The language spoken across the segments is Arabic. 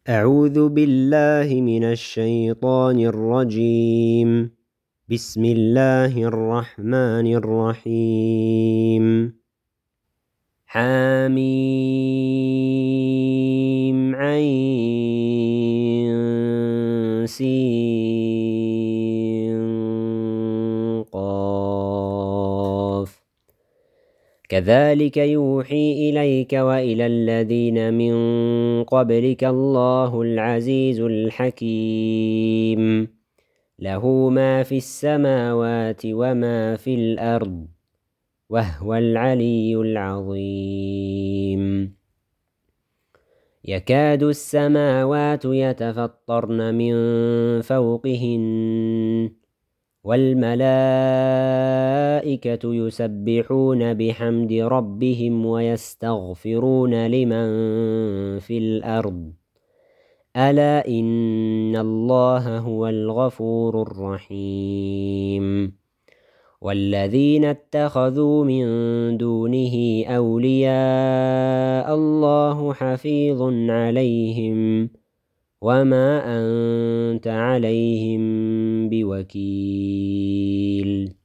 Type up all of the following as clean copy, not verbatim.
أعوذ بالله من الشيطان الرجيم. بسم الله الرحمن الرحيم. حميم عين سين قاف. كذلك يوحي إليك وإلى الذين من قبلك الله العزيز الحكيم. له ما في السماوات وما في الأرض وهو العلي العظيم. يكاد السماوات يتفطرن من فوقهن والملائكة يسبحون بحمد ربهم ويستغفرون لمن في الأرض ألا إن الله هو الغفور الرحيم. والذين اتخذوا من دونه أولياء الله حفيظ عليهم وما أنت عليهم بوكيل.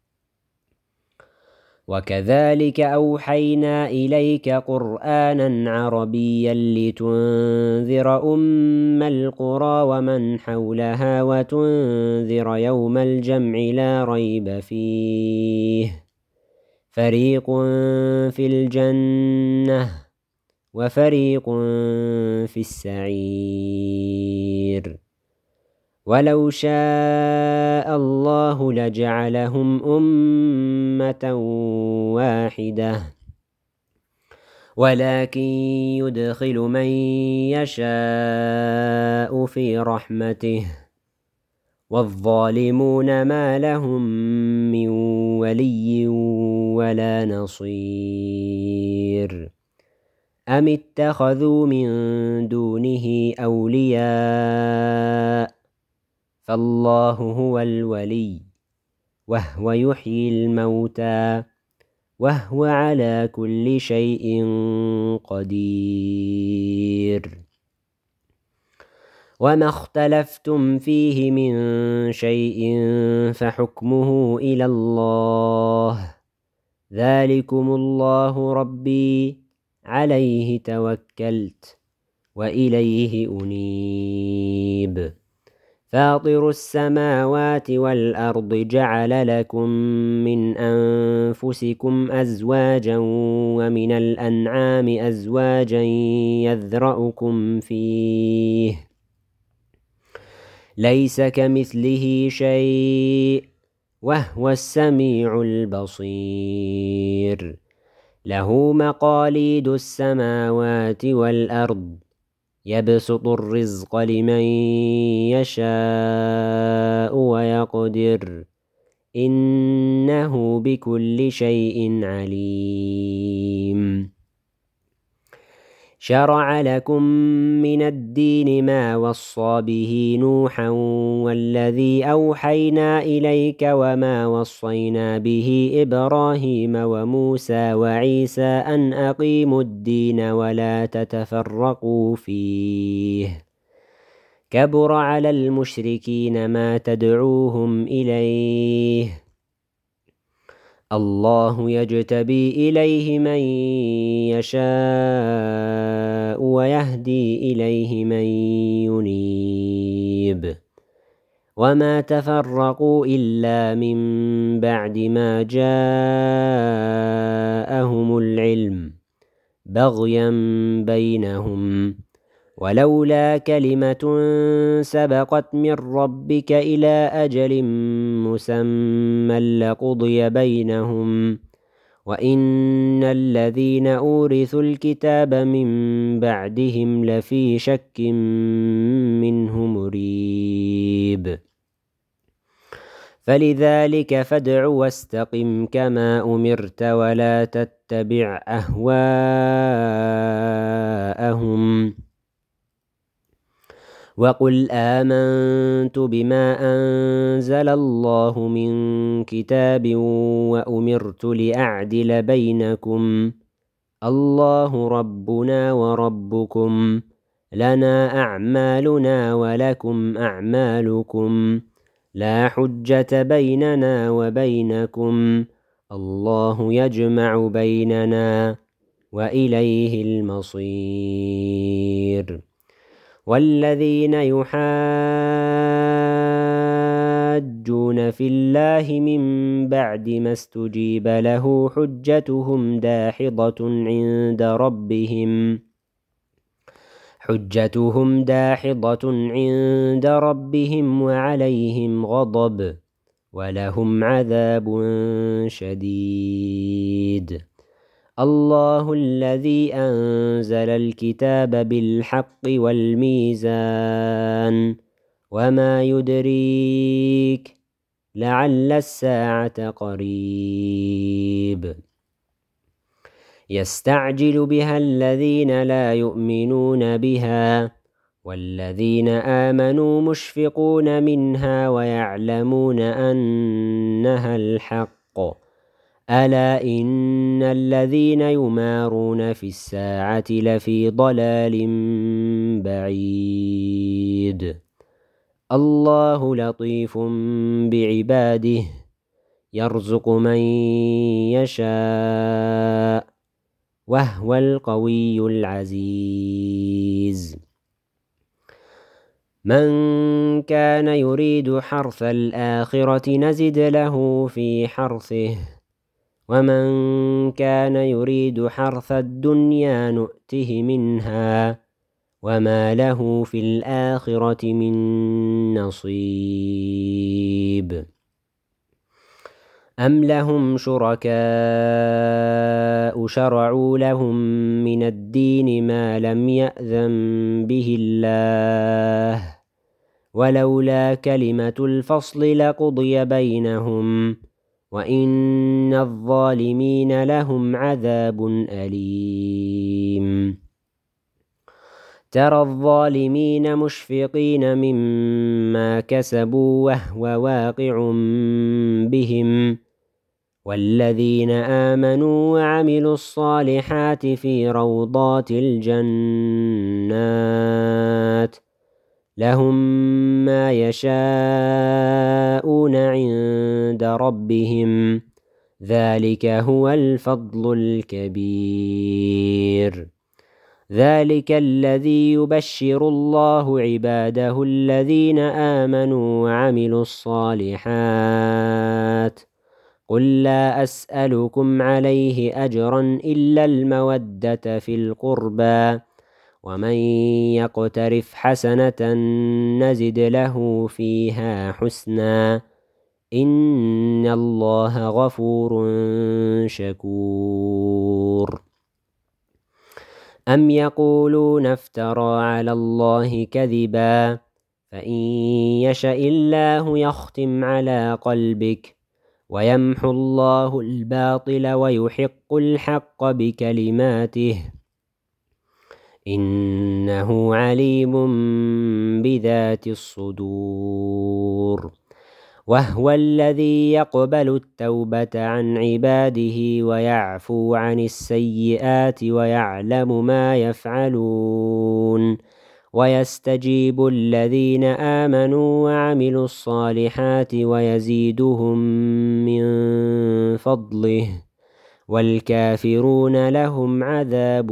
وكذلك أوحينا إليك قرآنا عربيا لتنذر أم القرى ومن حولها وتنذر يوم الجمع لا ريب فيه فريق في الجنة وفريق في السعير. ولو شاء الله لجعلهم أمة واحدة ولكن يدخل من يشاء في رحمته والظالمون ما لهم من ولي ولا نصير. أم اتخذوا من دونه أولياء فالله هو الولي وهو يحيي الموتى وهو على كل شيء قدير. وما اختلفتم فيه من شيء فحكمه إلى الله ذلكم الله ربي عليه توكلت وإليه أنيب. فاطر السماوات والأرض جعل لكم من أنفسكم أزواجا ومن الأنعام أزواجا يذرأكم فيه ليس كمثله شيء وهو السميع البصير. له مقاليد السماوات والأرض يبسط الرزق لمن يشاء ويقدر إنه بكل شيء عليم. شرع لكم من الدين ما وصى به نوحا والذي أوحينا إليك وما وصينا به إبراهيم وموسى وعيسى أن أقيموا الدين ولا تتفرقوا فيه كبر على المشركين ما تدعوهم إليه الله يجتبي إليه من يشاء ويهدي إليه من ينيب. وما تفرقوا إلا من بعد ما جاءهم العلم بغيا بينهم ولولا كلمة سبقت من ربك إلى أجل مسمى لقضي بينهم وإن الذين أورثوا الكتاب من بعدهم لفي شك منه مريب. فلذلك فادع واستقم كما أمرت ولا تتبع أهواءهم وقل آمنت بما أنزل الله من كتاب وأمرت لأعدل بينكم الله ربنا وربكم لنا أعمالنا ولكم أعمالكم لا حجة بيننا وبينكم الله يجمع بيننا وإليه المصير والذين يحاجون في الله من بعد ما استجيب له حجتهم داحضة عند ربهم وعليهم غضب ولهم عذاب شديد الله الذي أنزل الكتاب بالحق والميزان وما يدريك لعل الساعة قريب يستعجل بها الذين لا يؤمنون بها والذين آمنوا مشفقون منها ويعلمون أنها الحق ألا إن الذين يمارون في الساعة لفي ضلال بعيد الله لطيف بعباده يرزق من يشاء وهو القوي العزيز من كان يريد حرث الآخرة نزد له في حرثه ومن كان يريد حرث الدنيا نؤته منها وما له في الآخرة من نصيب أم لهم شركاء شرعوا لهم من الدين ما لم يأذن به الله ولولا كلمة الفصل لقضي بينهم وإن الظالمين لهم عذاب أليم ترى الظالمين مشفقين مما كسبوا وهو واقع بهم والذين آمنوا وعملوا الصالحات في روضات الجنات لهم ما يشاءون عند ربهم ذلك هو الفضل الكبير ذلك الذي يبشر الله عباده الذين آمنوا وعملوا الصالحات قل لا أسألكم عليه أجرا إلا المودة في القربى ومن يقترف حسنة نزد له فيها حسنا إن الله غفور شكور أم يقولون افترى على الله كذبا فإن يشاء الله يختم على قلبك ويمحو الله الباطل ويحق الحق بكلماته إنه عليم بذات الصدور وهو الذي يقبل التوبة عن عباده ويعفو عن السيئات ويعلم ما يفعلون ويستجيب الذين آمنوا وعملوا الصالحات ويزيدهم من فضله والكافرون لهم عذاب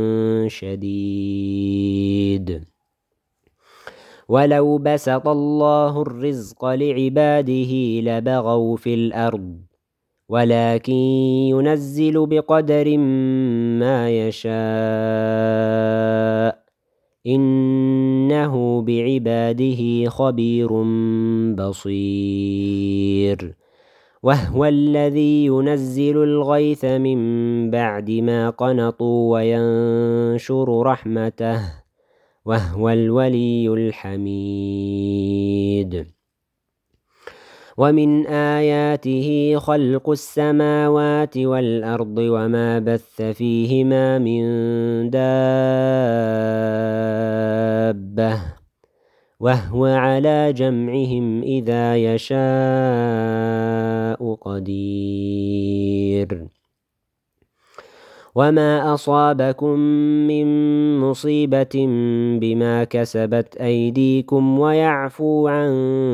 شديد ولو بسط الله الرزق لعباده لبغوا في الأرض ولكن ينزل بقدر ما يشاء إنه بعباده خبير بصير وهو الذي ينزل الغيث من بعد ما قنطوا وينشر رحمته وهو الولي الحميد ومن آياته خلق السماوات والأرض وما بث فيهما من دابة وهو على جمعهم إذا يشاء قدير وما أصابكم من مصيبة بما كسبت أيديكم ويعفو عن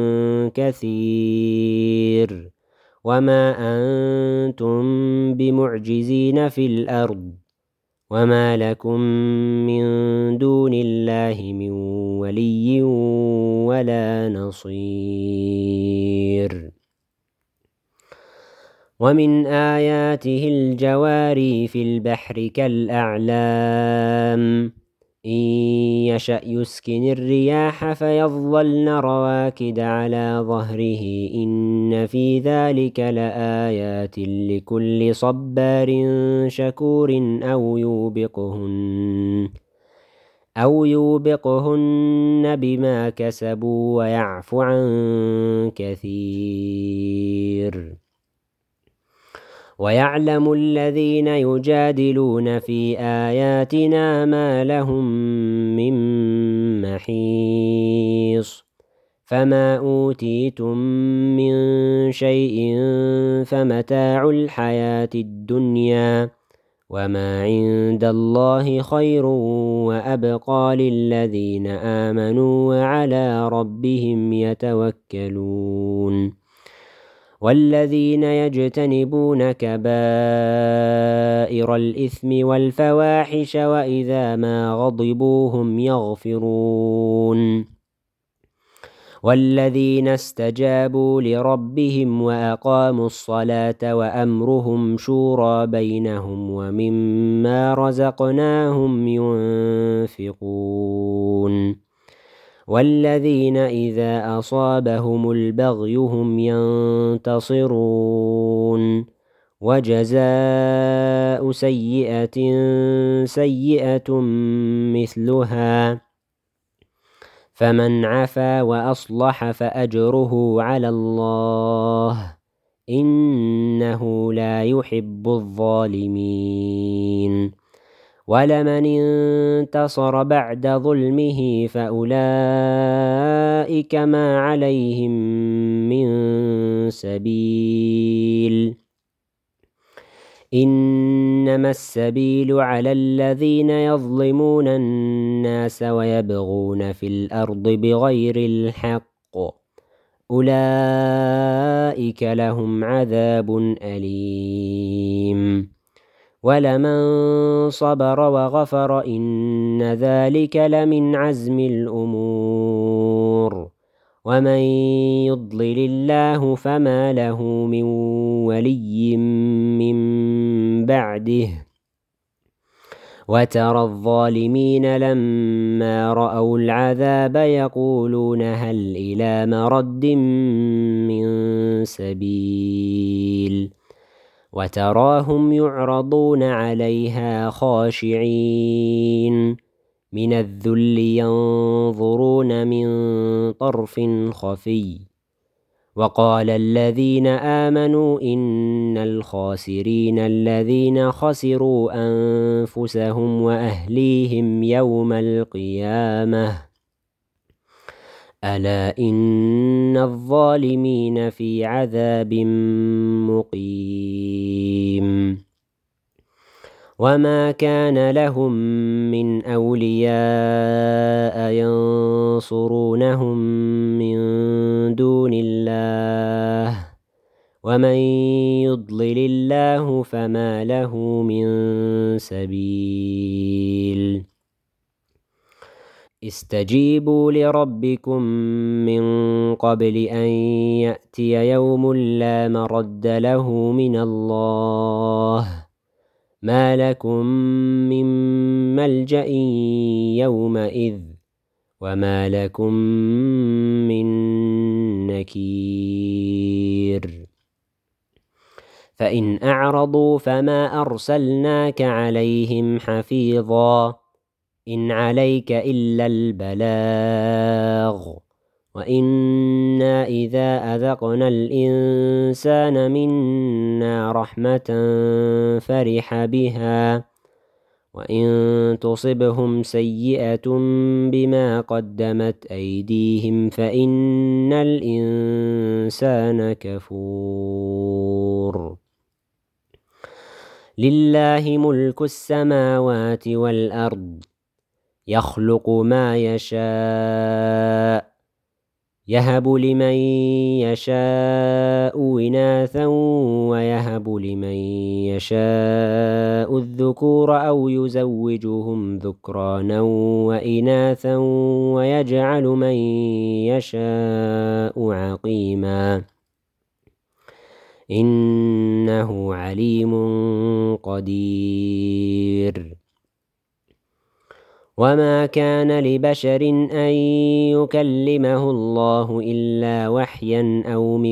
كثير وما أنتم بمعجزين في الأرض وما لكم من دون الله من ولي ولا نصير ومن آياته الجواري في البحر كالأعلام إن يشأ يسكن الرياح فيظللن رواكد على ظهره إن في ذلك لآيات لكل صبار شكور أو يوبقهن بما كسبوا ويعفو عن كثير ويعلم الذين يجادلون في آياتنا ما لهم من محيص فما أوتيتم من شيء فمتاع الحياة الدنيا وما عند الله خير وأبقى للذين آمنوا وعلى ربهم يتوكلون والذين يجتنبون كبائر الإثم والفواحش وإذا ما غضبوا هم يغفرون والذين استجابوا لربهم وأقاموا الصلاة وأمرهم شورى بينهم ومما رزقناهم ينفقون والذين إذا أصابهم البغي هم ينتصرون وجزاء سيئة سيئة مثلها فمن عفا وأصلح فأجره على الله إنه لا يحب الظالمين ولمن انتصر بعد ظلمه فأولئك ما عليهم من سبيل إنما السبيل على الذين يظلمون الناس ويبغون في الأرض بغير الحق أولئك لهم عذاب أليم ولمن صبر وغفر إن ذلك لمن عزم الأمور ومن يضلل الله فما له من ولي من بعده وترى الظالمين لما رأوا العذاب يقولون هل إلى مرد من سبيل وتراهم يعرضون عليها خاشعين من الذل ينظرون من طرف خفي وقال الذين آمنوا إن الخاسرين الذين خسروا أنفسهم وأهليهم يوم القيامة ألا إن الظالمين في عذاب مقيم وما كان لهم من أولياء ينصرونهم من دون الله ومن يضلل الله فما له من سبيل استجيبوا لربكم من قبل أن يأتي يوم لا مرد له من الله ما لكم من ملجأ يومئذ وما لكم من نكير فإن أعرضوا فما أرسلناك عليهم حفيظا إن عليك إلا البلاغ وإنا إذا أذقنا الإنسان منا رحمة فرح بها وإن تصبهم سيئة بما قدمت أيديهم فإن الإنسان كفور لله ملك السماوات والأرض يخلق ما يشاء يهب لمن يشاء إناثا ويهب لمن يشاء الذكور أو يزوجهم ذكرانا وإناثا ويجعل من يشاء عقيما إنه عليم قدير وما كان لبشر أن يكلمه الله إلا وحيا أو من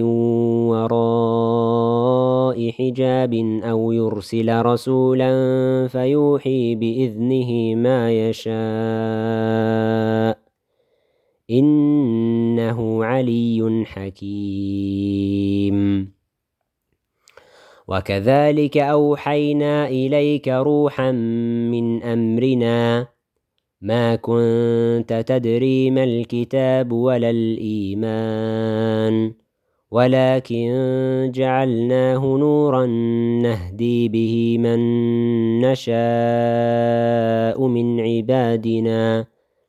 وراء حجاب أو يرسل رسولا فيوحي بإذنه ما يشاء إنه علي حكيم وكذلك أوحينا إليك روحا من أمرنا ما كنت تدري ما الكتاب ولا الإيمان ولكن جعلناه نورا نهدي به من نشاء من عبادنا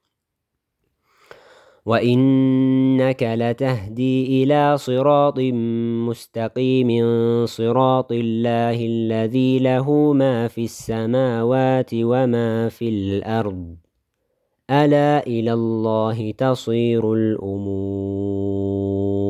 وإنك لتهدي إلى صراط مستقيم صراط الله الذي له ما في السماوات وما في الأرض ألا إلى الله تصير الأمور